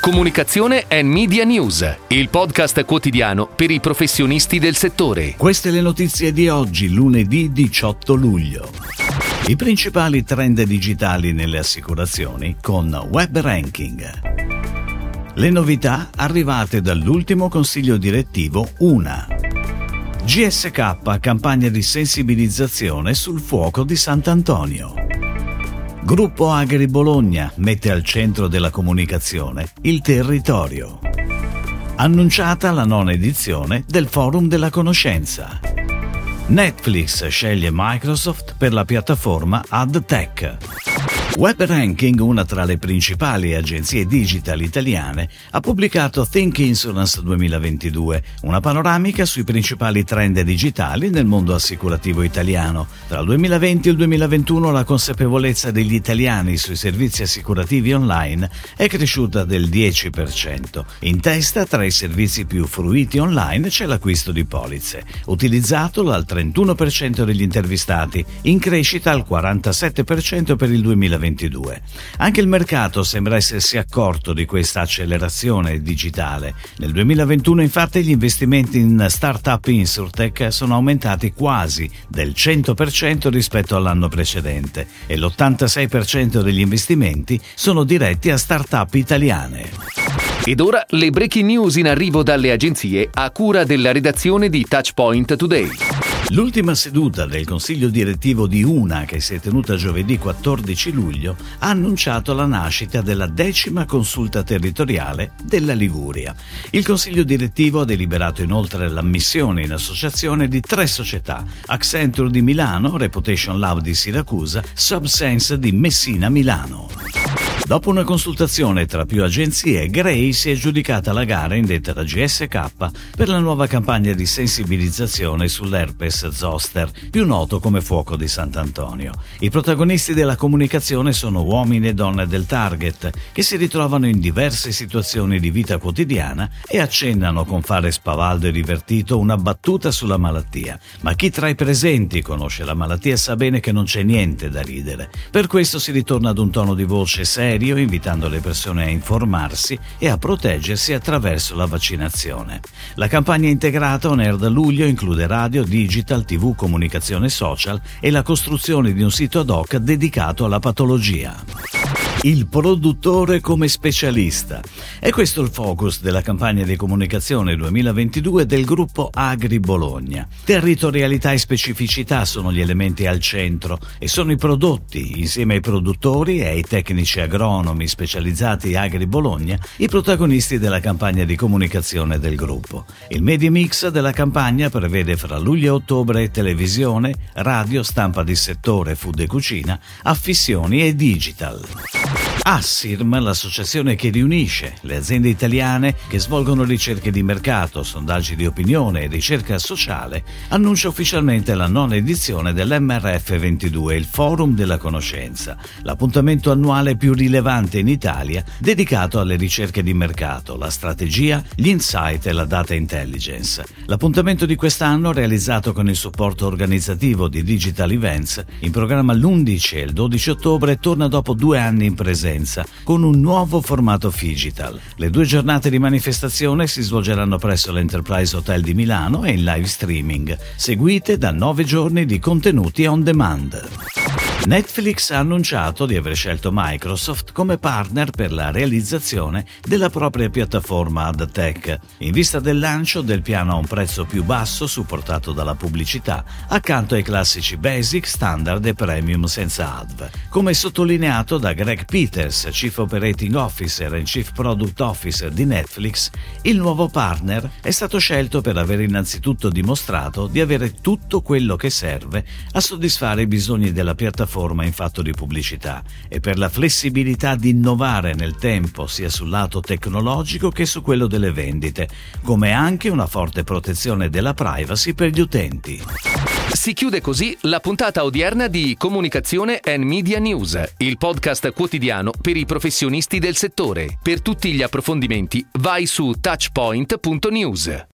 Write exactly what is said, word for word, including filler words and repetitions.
Comunicazione and Media News, il podcast quotidiano per i professionisti del settore. Queste le notizie di oggi, lunedì diciotto luglio. I principali trend digitali nelle assicurazioni con Web Ranking. Le novità arrivate dall'ultimo consiglio direttivo U N A. G S K, campagna di sensibilizzazione sul fuoco di Sant'Antonio. Gruppo Agri Bologna mette al centro della comunicazione il territorio. Annunciata la nona edizione del Forum della Conoscenza. Netflix sceglie Microsoft per la piattaforma AdTech. Web Ranking, una tra le principali agenzie digital italiane, ha pubblicato Think Insurance duemilaventidue, una panoramica sui principali trend digitali nel mondo assicurativo italiano. Tra il duemilaventi e il duemilaventuno la consapevolezza degli italiani sui servizi assicurativi online è cresciuta del dieci per cento. In testa, tra i servizi più fruiti online, c'è l'acquisto di polizze, utilizzato dal trentuno per cento degli intervistati, in crescita al quarantasette per cento per il duemilaventidue. Anche il mercato sembra essersi accorto di questa accelerazione digitale. Nel duemilaventuno, infatti, gli investimenti in start-up insurtech sono aumentati quasi del cento per cento rispetto all'anno precedente e l'ottantasei per cento degli investimenti sono diretti a start-up italiane. Ed ora le breaking news in arrivo dalle agenzie a cura della redazione di Touchpoint Today. L'ultima seduta del Consiglio direttivo di U N A, che si è tenuta giovedì quattordici luglio, ha annunciato la nascita della decima consulta territoriale della Liguria. Il Consiglio direttivo ha deliberato inoltre l'ammissione in associazione di tre società: Accenture di Milano, Reputation Lab di Siracusa, Subsense di Messina Milano. Dopo una consultazione tra più agenzie, Grey si è aggiudicata la gara indetta da G S K per la nuova campagna di sensibilizzazione sull'herpes zoster, più noto come fuoco di Sant'Antonio. I protagonisti della comunicazione sono uomini e donne del target, che si ritrovano in diverse situazioni di vita quotidiana e accennano con fare spavaldo e divertito una battuta sulla malattia. Ma chi tra i presenti conosce la malattia sa bene che non c'è niente da ridere. Per questo si ritorna ad un tono di voce serio, invitando le persone a informarsi e a proteggersi attraverso la vaccinazione. La campagna integrata on air da luglio include radio, digital, tv, comunicazione social e la costruzione di un sito ad hoc dedicato alla patologia. Il produttore come specialista. È questo il focus della campagna di comunicazione duemilaventidue del gruppo Agri Bologna. Territorialità e specificità sono gli elementi al centro e sono i prodotti, insieme ai produttori e ai tecnici agronomi specializzati Agri Bologna, i protagonisti della campagna di comunicazione del gruppo. Il media mix della campagna prevede fra luglio e ottobre televisione, radio, stampa di settore, food e cucina, affissioni e digital. Assirm, l'associazione che riunisce le aziende italiane che svolgono ricerche di mercato, sondaggi di opinione e ricerca sociale, annuncia ufficialmente la nona edizione dell'M R F ventidue, il Forum della Conoscenza, l'appuntamento annuale più rilevante in Italia dedicato alle ricerche di mercato, la strategia, gli insight e la data intelligence. L'appuntamento di quest'anno, realizzato con il supporto organizzativo di Digital Events, in programma l'undici e il dodici ottobre, torna dopo due anni in presenza con un nuovo formato Phygital. Le due giornate di manifestazione si svolgeranno presso l'Enterprise Hotel di Milano e in live streaming, seguite da nove giorni di contenuti on demand. Netflix ha annunciato di aver scelto Microsoft come partner per la realizzazione della propria piattaforma AdTech, in vista del lancio del piano a un prezzo più basso supportato dalla pubblicità, accanto ai classici Basic, Standard e Premium senza A D V. Come sottolineato da Greg Peters, Chief Operating Officer e Chief Product Officer di Netflix, il nuovo partner è stato scelto per aver innanzitutto dimostrato di avere tutto quello che serve a soddisfare i bisogni della piattaforma in fatto di pubblicità e per la flessibilità di innovare nel tempo sia sul lato tecnologico che su quello delle vendite, come anche una forte protezione della privacy per gli utenti. Si chiude così la puntata odierna di Comunicazione and Media News, il podcast quotidiano per i professionisti del settore. Per tutti gli approfondimenti vai su touchpoint punto news.